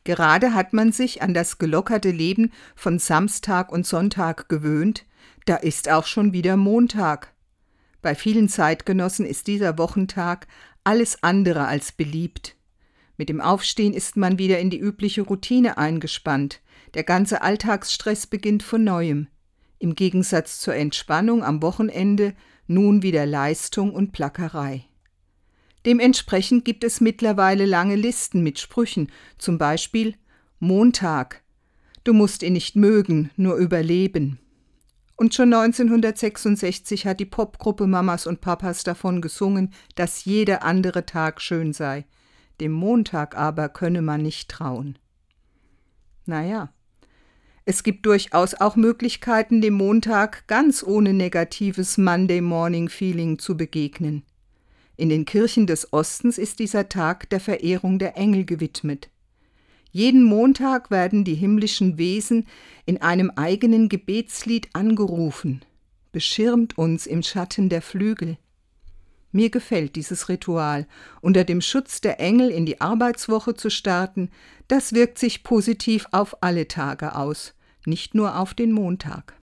Gerade hat man sich an das gelockerte Leben von Samstag und Sonntag gewöhnt, da ist auch schon wieder Montag. Bei vielen Zeitgenossen ist dieser Wochentag alles andere als beliebt. Mit dem Aufstehen ist man wieder in die übliche Routine eingespannt. Der ganze Alltagsstress beginnt von Neuem. Im Gegensatz zur Entspannung am Wochenende nun wieder Leistung und Plackerei. Dementsprechend gibt es mittlerweile lange Listen mit Sprüchen, zum Beispiel Montag, du musst ihn nicht mögen, nur überleben. Und schon 1966 hat die Popgruppe Mamas und Papas davon gesungen, dass jeder andere Tag schön sei. Dem Montag aber könne man nicht trauen. Naja, es gibt durchaus auch Möglichkeiten, dem Montag ganz ohne negatives Monday-Morning-Feeling zu begegnen. In den Kirchen des Ostens ist dieser Tag der Verehrung der Engel gewidmet. Jeden Montag werden die himmlischen Wesen in einem eigenen Gebetslied angerufen. Beschirmt uns im Schatten der Flügel. Mir gefällt dieses Ritual, unter dem Schutz der Engel in die Arbeitswoche zu starten, das wirkt sich positiv auf alle Tage aus, nicht nur auf den Montag.